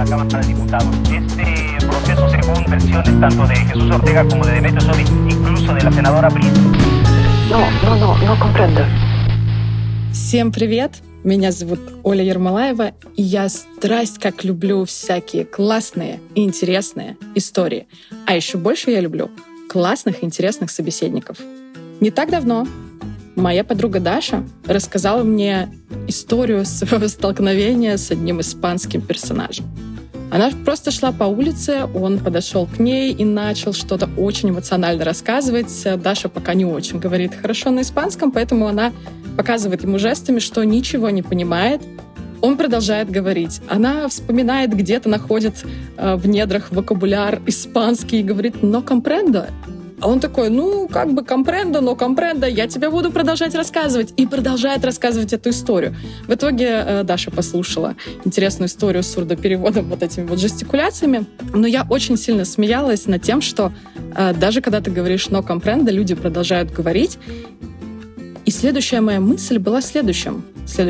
la Cámara de Diputados. Este proceso, según versiones tanto de Jesús Ortega como de Demetrio Sodi, incluso de la senadora Briz. No comprendo. Всем привет! Меня зовут Оля Ермолаева, и я страсть как люблю всякие классные и интересные истории. А еще больше я люблю классных и интересных собеседников. Не так давно моя подруга Даша рассказала мне историю своего столкновения с одним испанским персонажем. Она просто шла по улице, он подошел к ней и начал что-то очень эмоционально рассказывать. Даша пока не очень говорит хорошо на испанском, поэтому она показывает ему жестами, что ничего не понимает. Он продолжает говорить. Она вспоминает, где-то находит в недрах вокабуляр испанский и говорит «но компрендо». А он такой, компрендо, но компрендо, я тебе буду продолжать рассказывать. И продолжает рассказывать эту историю. В итоге Даша послушала интересную историю с сурдопереводом, вот этими вот жестикуляциями. Но я очень сильно смеялась над тем, что даже когда ты говоришь «но компрендо», люди продолжают говорить. И следующая моя мысль была в следующем.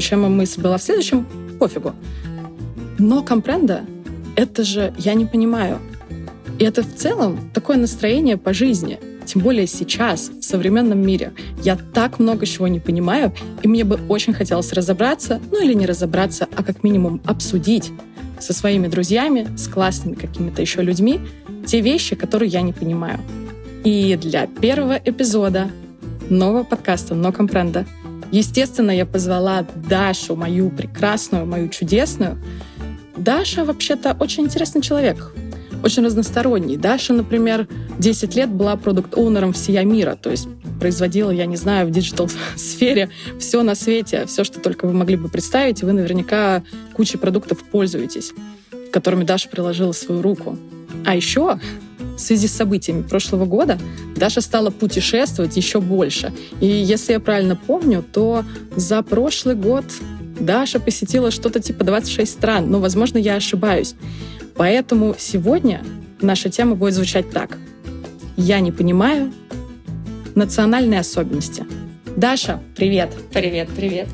Пофигу. «Но компрендо» — это же «я не понимаю». И это в целом такое настроение по жизни. Тем более сейчас, в современном мире. Я так много чего не понимаю, и мне бы очень хотелось разобраться, или не разобраться, а как минимум обсудить со своими друзьями, с классными какими-то еще людьми те вещи, которые я не понимаю. И для первого эпизода нового подкаста «Но компрендо», естественно, я позвала Дашу, мою прекрасную, мою чудесную. Даша, вообще-то, очень интересный человек. Очень разносторонний. Даша, например, 10 лет была продукт-оунером всея мира, то есть производила, я не знаю, в диджитал-сфере все на свете, все, что только вы могли бы представить, и вы наверняка кучей продуктов пользуетесь, которыми Даша приложила свою руку. А еще в связи с событиями прошлого года Даша стала путешествовать еще больше. И если я правильно помню, то за прошлый год Даша посетила что-то типа 26 стран, но, возможно, я ошибаюсь. Поэтому сегодня наша тема будет звучать так. Я не понимаю национальные особенности. Даша, привет. Привет.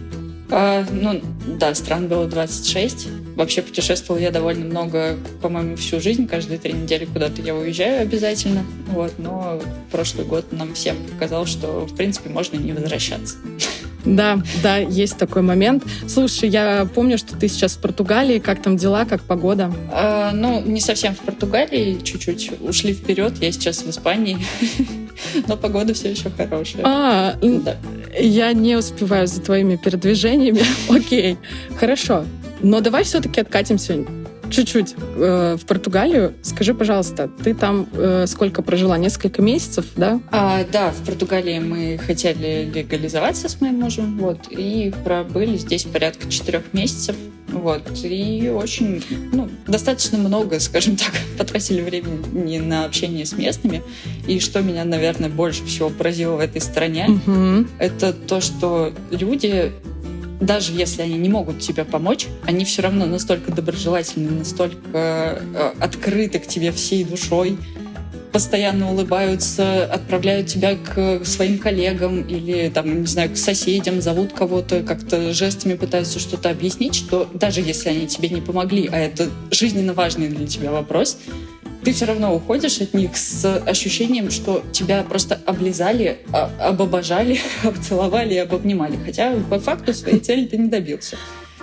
Стран было 26. Вообще путешествовала я довольно много, по-моему, всю жизнь. Каждые 3 недели куда-то я уезжаю обязательно. Но прошлый год нам всем показал, что, в принципе, можно не возвращаться. Да, есть такой момент. Слушай, я помню, что ты сейчас в Португалии. Как там дела, как погода? Не совсем в Португалии, чуть-чуть ушли вперед. Я сейчас в Испании, но погода все еще хорошая. Да. Я не успеваю за твоими передвижениями. Окей, хорошо. Но давай все-таки откатимся чуть-чуть в Португалию. Скажи, пожалуйста, ты там сколько прожила? Несколько месяцев, да? Да, в Португалии мы хотели легализоваться с моим мужем, и пробыли здесь порядка 4 месяцев. И очень, достаточно много, скажем так, потратили времени на общение с местными. И что меня, наверное, больше всего поразило в этой стране, это то, что люди, даже если они не могут тебе помочь, они все равно настолько доброжелательны, настолько открыты к тебе всей душой, постоянно улыбаются, отправляют тебя к своим коллегам или, к соседям, зовут кого-то, как-то жестами пытаются что-то объяснить, что даже если они тебе не помогли, а это жизненно важный для тебя вопрос, ты все равно уходишь от них с ощущением, что тебя просто облизали, обожали, обцеловали и обнимали. Хотя по факту своей цели ты не добился.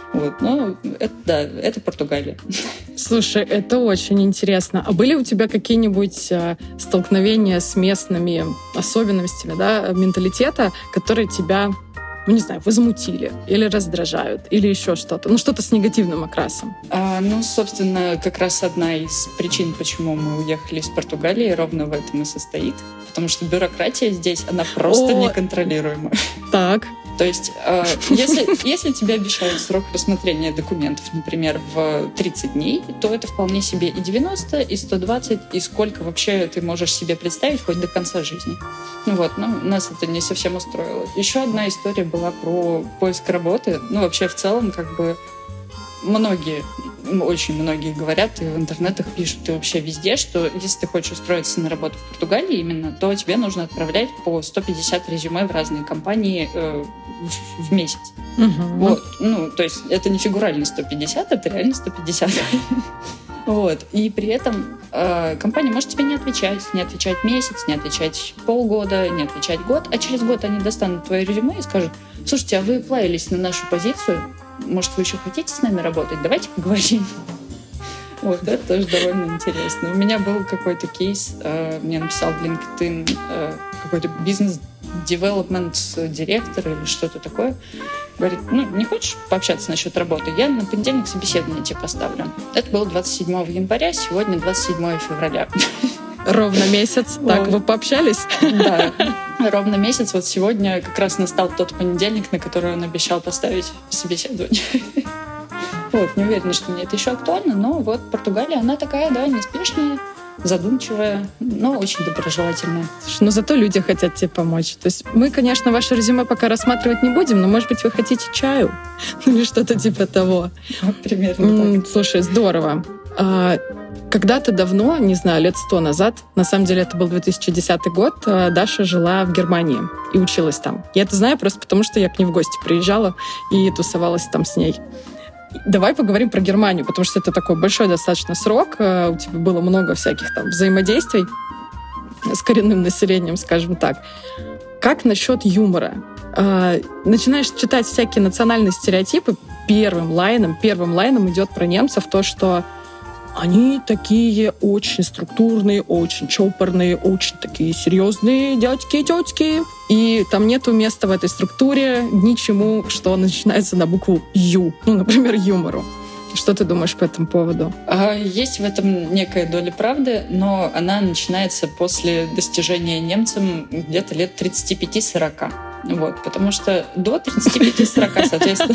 Это Португалия. Слушай, это очень интересно. А были у тебя какие-нибудь столкновения с местными особенностями, менталитета, которые тебя, возмутили или раздражают, или еще что-то? Что-то с негативным окрасом. Собственно, как раз одна из причин, почему мы уехали из Португалии, ровно в этом и состоит. Потому что бюрократия здесь, она просто неконтролируема. Так. То есть, если тебе обещают срок рассмотрения документов, например, в 30 дней, то это вполне себе и 90, и 120, и сколько вообще ты можешь себе представить хоть до конца жизни. Нас это не совсем устроило. Еще одна история была про поиск работы. Вообще, в целом, многие очень многие говорят, и в интернетах пишут, и вообще везде, что если ты хочешь устроиться на работу в Португалии именно, то тебе нужно отправлять по 150 резюме в разные компании в месяц. Вот. То есть это не фигурально 150, это реально 150. Вот. И при этом компания может тебе не отвечать месяц, не отвечать полгода, не отвечать год, а через год они достанут твое резюме и скажут: слушайте, а вы плавились на нашу позицию, может, вы еще хотите с нами работать? Давайте поговорим. Вот, это тоже довольно интересно. У меня был какой-то кейс, мне написал в LinkedIn какой-то бизнес-девелопмент-директор или что-то такое. Говорит: не хочешь пообщаться насчет работы? Я на понедельник собеседование тебе поставлю. Это было 27 января, сегодня 27 февраля. Ровно месяц. Так, вы пообщались? Да, ровно месяц. Вот сегодня как раз настал тот понедельник, на который он обещал поставить собеседование. Вот, не уверена, что мне это еще актуально, но вот Португалия, она такая, да, неспешная, задумчивая, но очень доброжелательная. Слушай, но зато люди хотят тебе помочь. То есть мы, конечно, ваше резюме пока рассматривать не будем, но, может быть, вы хотите чаю? Или что-то типа того. Примерно так. Слушай, здорово. Когда-то давно, не знаю, лет 100 назад, на самом деле это был 2010 год, Даша жила в Германии и училась там. Я это знаю просто потому, что я к ней в гости приезжала и тусовалась там с ней. Давай поговорим про Германию, потому что это такой большой достаточно срок, у тебя было много всяких там взаимодействий с коренным населением, скажем так. Как насчет юмора? Начинаешь читать всякие национальные стереотипы, первым лайном идет про немцев то, что они такие очень структурные, очень чопорные, очень такие серьезные дядьки и тетки. И там нету места в этой структуре ничему, что начинается на букву «Ю». Например, юмору. Что ты думаешь по этому поводу? Есть в этом некая доля правды, но она начинается после достижения немцам где-то лет 35-40. Вот, потому что до 35-40, соответственно,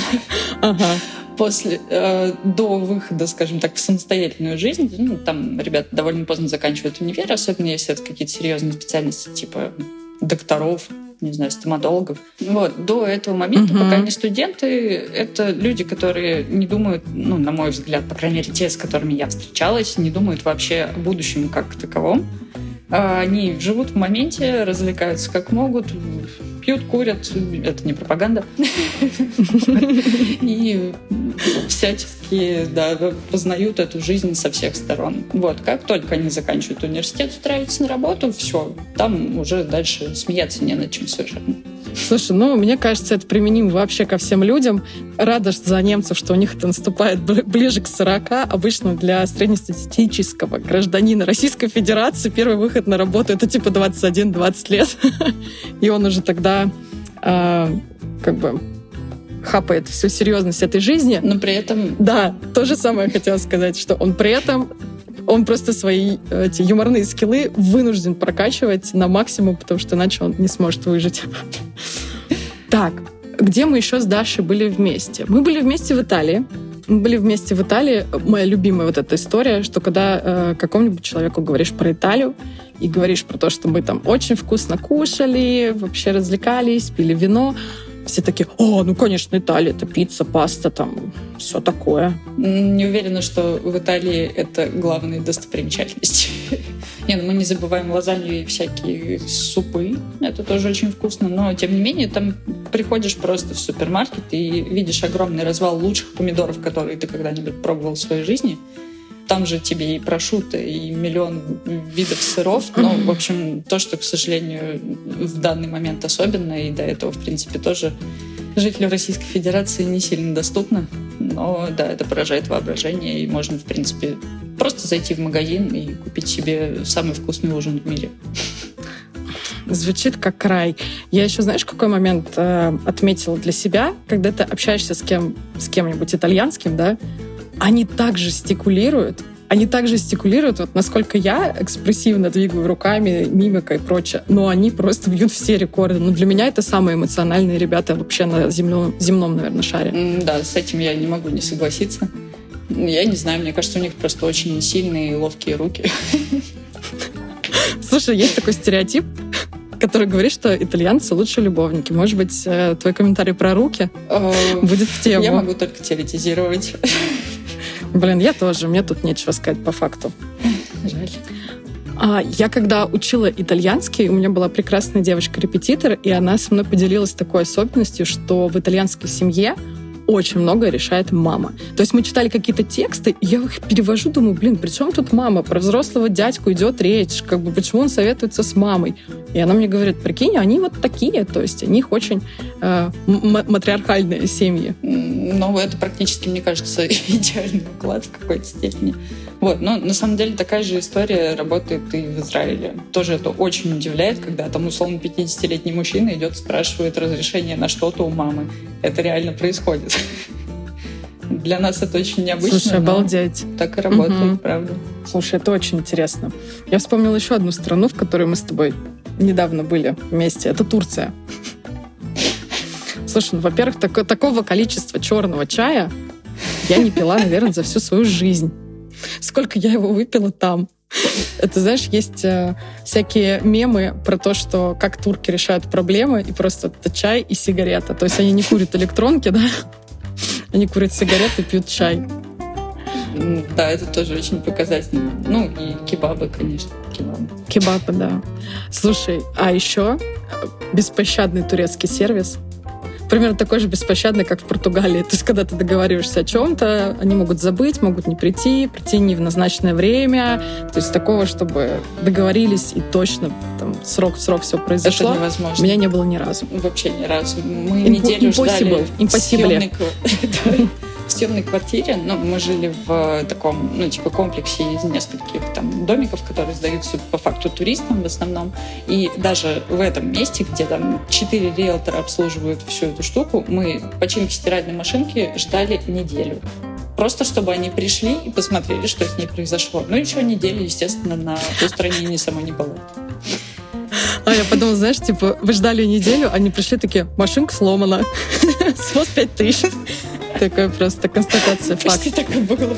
до выхода, скажем так, в самостоятельную жизнь, там ребята довольно поздно заканчивают универ, особенно если это какие-то серьезные специальности, типа докторов, не знаю, стоматологов. Вот, до этого момента, пока они студенты, это люди, которые не думают, на мой взгляд, по крайней мере, те, с которыми я встречалась, не думают вообще о будущем как таковом. Они живут в моменте, развлекаются как могут, пьют, курят, это не пропаганда, и всячески познают эту жизнь со всех сторон. Вот, как только они заканчивают университет, устраиваются на работу, все, там уже дальше смеяться не над чем совершенно. Слушай, мне кажется, это применимо вообще ко всем людям. Рада за немцев, что у них это наступает ближе к 40. Обычно для среднестатистического гражданина Российской Федерации первый выход на работу — это типа 21-20 лет. И он уже тогда хапает всю серьезность этой жизни. Но при этом... Да, то же самое хотела сказать, что он при этом... Он просто свои эти юморные скиллы вынужден прокачивать на максимум, потому что иначе он не сможет выжить. Так, где мы еще с Дашей были вместе? Мы были вместе в Италии. Моя любимая вот эта история, что когда какому-нибудь человеку говоришь про Италию и говоришь про то, что мы там очень вкусно кушали, вообще развлекались, пили вино, все такие: конечно, Италия, это пицца, паста, там, все такое. Не уверена, что в Италии это главные достопримечательности. Мы не забываем лазанью и всякие супы. Это тоже очень вкусно. Но, тем не менее, там приходишь просто в супермаркет и видишь огромный развал лучших помидоров, которые ты когда-нибудь пробовал в своей жизни. Там же тебе и прошутто, и миллион видов сыров. В общем, то, что, к сожалению, в данный момент особенно, и до этого, в принципе, тоже жителям Российской Федерации не сильно доступно. Но, да, это поражает воображение, и можно, в принципе, просто зайти в магазин и купить себе самый вкусный ужин в мире. Звучит как рай. Я еще, знаешь, какой момент отметила для себя, когда ты общаешься с кем-нибудь итальянским, да? Они так жестикулируют, вот насколько я экспрессивно двигаю руками, мимикой и прочее, но они просто бьют все рекорды. Для меня это самые эмоциональные ребята вообще на земном, наверное, шаре. Да, с этим я не могу не согласиться. Я не знаю, мне кажется, у них просто очень сильные и ловкие руки. Слушай, есть такой стереотип, который говорит, что итальянцы лучшие любовники. Может быть, твой комментарий про руки будет в тему. Я могу только теоретизировать. Блин, я тоже. Мне тут нечего сказать по факту. Жаль. Я когда учила итальянский, у меня была прекрасная девочка-репетитор, и она со мной поделилась такой особенностью, что в итальянской семье очень многое решает мама. То есть мы читали какие-то тексты, и я их перевожу, думаю, при чем тут мама? Про взрослого дядьку идет речь, почему он советуется с мамой? И она мне говорит, прикинь, они вот такие, то есть у них очень матриархальные семьи. Ну, это практически, мне кажется, идеальный уклад в какой-то степени. Вот, но на самом деле такая же история работает и в Израиле. Тоже это очень удивляет, когда там условно 50-летний мужчина идет, спрашивает разрешение на что-то у мамы. Это реально происходит. Для нас это очень необычно. Слушай, обалдеть. Так и работает, правда. Слушай, это очень интересно. Я вспомнила еще одну страну, в которой мы с тобой недавно были вместе. Это Турция. Слушай, во-первых, такого количества черного чая я не пила, наверное, за всю свою жизнь. Сколько я его выпила там. Это, знаешь, есть всякие мемы про то, что как турки решают проблемы, и просто это чай и сигарета. То есть они не курят электронки, да? Они курят сигареты, пьют чай. Да, это тоже очень показательно. Ну, и кебабы, конечно. Кебабы, да. Слушай, а еще беспощадный турецкий сервис. Примерно такой же беспощадный, как в Португалии. То есть, когда ты договариваешься о чем-то, они могут забыть, могут не прийти не в назначенное время. То есть такого, чтобы договорились и точно там, срок все произошло. Это невозможно. У меня не было ни разу. Вообще ни разу. Мы неделю ждали в съемной квартире. Ну, мы жили в таком, комплексе из нескольких там домиков, которые сдаются по факту туристам в основном. И даже в этом месте, где там 4 риэлтора обслуживают всю эту штуку, мы починки стиральной машинки ждали неделю. Просто чтобы они пришли и посмотрели, что с ней произошло. Ну, еще недели, естественно, на устранение самой не было. А я подумала, знаешь, вы ждали неделю, они пришли такие, машинка сломана, СВОЗ 5000. Такая просто констатация факта. Почти так и было.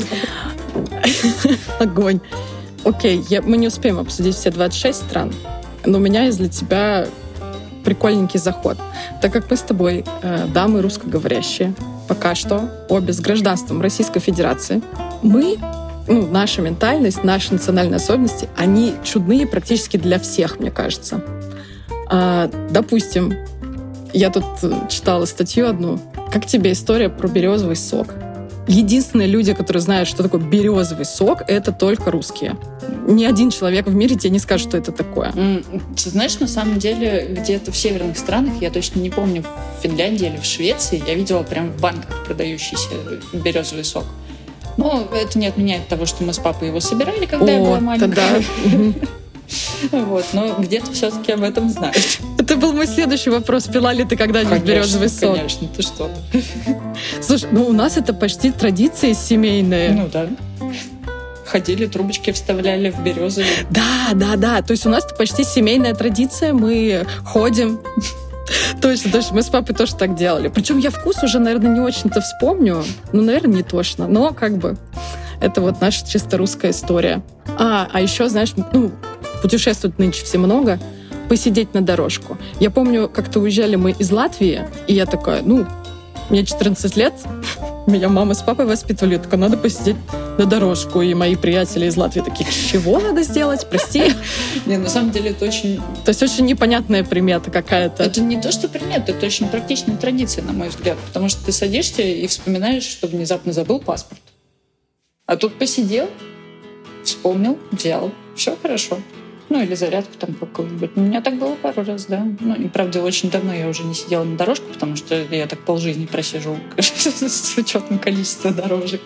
Огонь. Окей, мы не успеем обсудить все 26 стран, но у меня есть для тебя прикольненький заход. Так как мы с тобой дамы русскоговорящие, пока что обе с гражданством Российской Федерации, наша ментальность, наши национальные особенности, они чудные практически для всех, мне кажется. Допустим, я тут читала статью одну. Как тебе история про березовый сок? Единственные люди, которые знают, что такое березовый сок, это только русские. Ни один человек в мире тебе не скажет, что это такое. Ты знаешь, на самом деле, где-то в северных странах, я точно не помню, в Финляндии или в Швеции, я видела прям в банках продающийся березовый сок. Но это не отменяет того, что мы с папой его собирали, когда я была маленькая. Вот, но где-то все-таки об этом знают. Это был мой следующий вопрос. Пила ли ты когда-нибудь березовый сок? Конечно, ты что? Слушай, у нас это почти традиции семейные. Ну да. Ходили, трубочки вставляли в березовый. Да. То есть у нас это почти семейная традиция. Мы ходим. Точно. Мы с папой тоже так делали. Причем я вкус уже, наверное, не очень-то вспомню. Наверное, не точно. Но это вот наша чисто русская история. А еще, знаешь, путешествовать нынче все много, посидеть на дорожку. Я помню, как-то уезжали мы из Латвии, и я такая, мне 14 лет, меня мама с папой воспитывали, я такая, надо посидеть на дорожку. И мои приятели из Латвии такие, чего надо сделать? Прости. На самом деле это очень... То есть очень непонятная примета какая-то. Это не то, что примета, это очень практичная традиция, на мой взгляд. Потому что ты садишься и вспоминаешь, что внезапно забыл паспорт. А тут посидел, вспомнил, взял. Все хорошо. Или зарядку там какую-нибудь. У меня так было пару раз, да. И правда, очень давно я уже не сидела на дорожке, потому что я так полжизни просижу с учетом количества дорожек.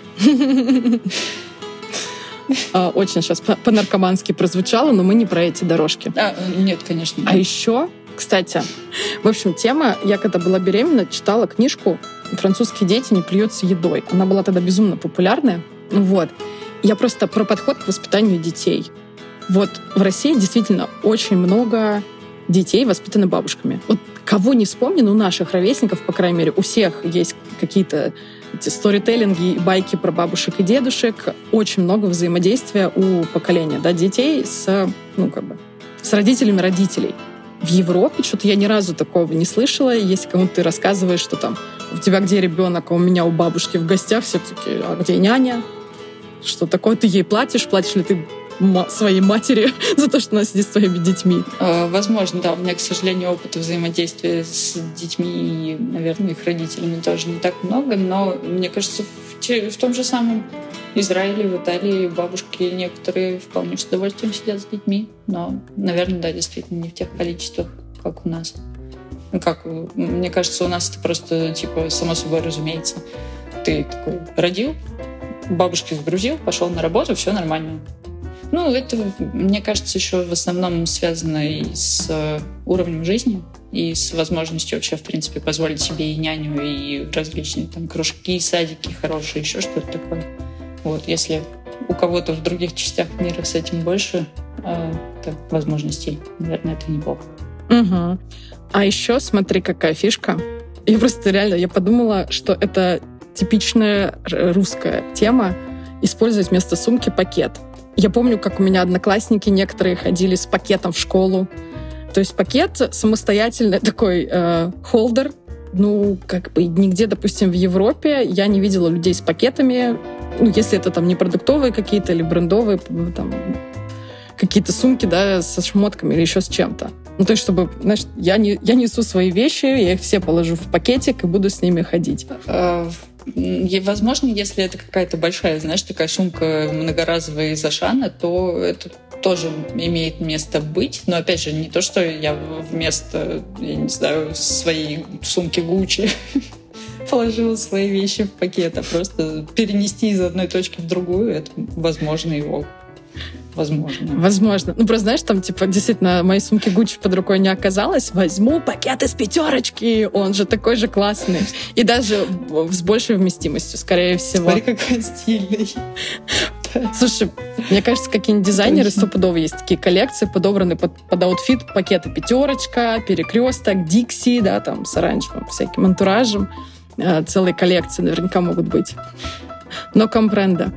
Очень сейчас по-наркомански прозвучало, но мы не про эти дорожки. Нет, конечно. А еще, кстати, в общем, тема, я когда была беременна, читала книжку «Французские дети не плюются едой». Она была тогда безумно популярная. Я просто про подход к воспитанию детей. В России действительно очень много детей воспитаны бабушками. Кого не вспомню, у наших ровесников, по крайней мере, у всех есть какие-то эти сторителлинги и байки про бабушек и дедушек. Очень много взаимодействия у поколения, детей с родителями родителей. В Европе что-то я ни разу такого не слышала. Если кому-то ты рассказываешь, что там у тебя где ребенок, а у меня у бабушки в гостях, все таки, а где няня? что такое ты ей платишь ли ты своей матери за то, что она сидит с твоими детьми? Возможно, да. У меня, к сожалению, опыта взаимодействия с детьми и, наверное, их родителями тоже не так много, но мне кажется, в том же самом Израиле, в Италии бабушки некоторые вполне с удовольствием сидят с детьми, но, наверное, да, действительно не в тех количествах, как у нас. Мне кажется, у нас это просто, само собой разумеется. Ты такой родил, бабушке сгрузил, пошел на работу, все нормально. Это, мне кажется, еще в основном связано и с уровнем жизни, и с возможностью вообще, в принципе, позволить себе и няню, и различные там кружки, садики хорошие, еще что-то такое. Если у кого-то в других частях мира с этим больше возможностей, наверное, это неплохо. Угу. А еще смотри, какая фишка. Я подумала, что это типичная русская тема — использовать вместо сумки пакет. Я помню, как у меня одноклассники некоторые ходили с пакетом в школу. То есть пакет самостоятельный такой холдер. Нигде, допустим, в Европе я не видела людей с пакетами. Если это там не продуктовые какие-то или брендовые, там, какие-то сумки, да, со шмотками или еще с чем-то. То есть, чтобы, знаешь, я несу свои вещи, я их все положу в пакетик и буду с ними ходить. Возможно, если это какая-то большая, знаешь, такая сумка многоразовая из Ашана, то это тоже имеет место быть. Но, опять же, не то, что я вместо, я не знаю, своей сумки Гуччи положила свои вещи в пакет, а просто перенести из одной точки в другую, это возможно его. Возможно. Просто, знаешь, там, действительно, моей сумки Гуччи под рукой не оказалось. Возьму пакет из «Пятерочки», он же такой же классный. И даже с большей вместимостью, скорее всего. Смотри, какой стильный. Слушай, мне кажется, какие-нибудь дизайнеры стопудово есть такие коллекции, подобраны под аутфит, пакеты «Пятерочка», «Перекресток», «Дикси», да, там, с оранжевым всяким антуражем. Целые коллекции наверняка могут быть. Но компрендо.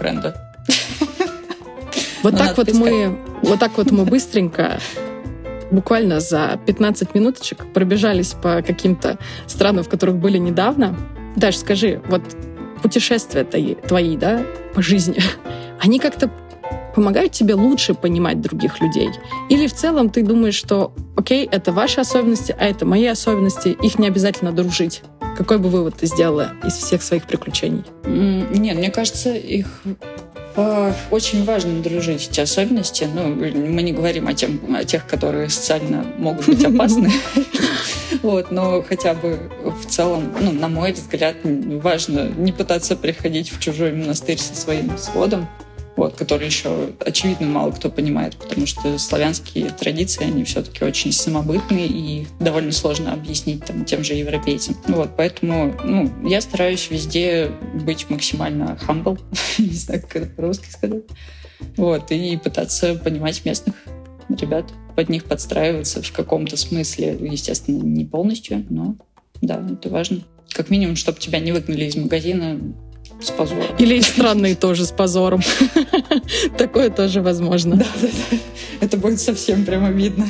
Вот так вот мы быстренько, буквально за 15 минуточек пробежались по каким-то странам, в которых были недавно. Даш, скажи, путешествия твои, да, по жизни, они как-то помогают тебе лучше понимать других людей? Или в целом ты думаешь, что, окей, это ваши особенности, а это мои особенности, их не обязательно дружить? Какой бы вывод ты сделала из всех своих приключений? Нет, мне кажется, их очень важно дружить, эти особенности. Мы не говорим о тех, которые социально могут быть опасны. Но хотя бы в целом, на мой взгляд, важно не пытаться приходить в чужой монастырь со своим сводом, который еще, очевидно, мало кто понимает, потому что славянские традиции, они все-таки очень самобытные, и довольно сложно объяснить тем же европейцам. Поэтому я стараюсь везде быть максимально humble, не знаю, как это по-русски сказать, и пытаться понимать местных ребят, под них подстраиваться в каком-то смысле, естественно, не полностью, но да, это важно. Как минимум, чтобы тебя не выгнали из магазина с позором. Или странные тоже с позором. Такое тоже возможно. Да. Это будет совсем прямо видно.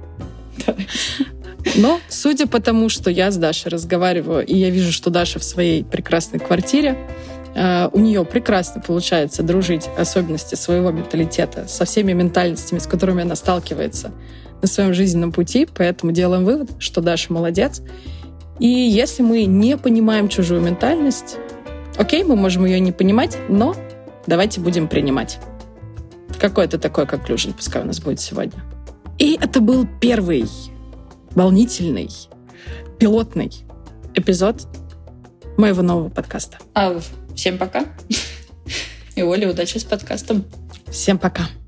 Но, судя по тому, что я с Дашей разговариваю, и я вижу, что Даша в своей прекрасной квартире, у нее прекрасно получается дружить особенности своего менталитета со всеми ментальностями, с которыми она сталкивается на своем жизненном пути. Поэтому делаем вывод, что Даша молодец. И если мы не понимаем чужую ментальность, окей, мы можем ее не понимать, но давайте будем принимать. Какой-то такой conclusion пускай у нас будет сегодня. И это был первый волнительный, пилотный эпизод моего нового подкаста. Всем пока. И Оля, удачи с подкастом. Всем пока.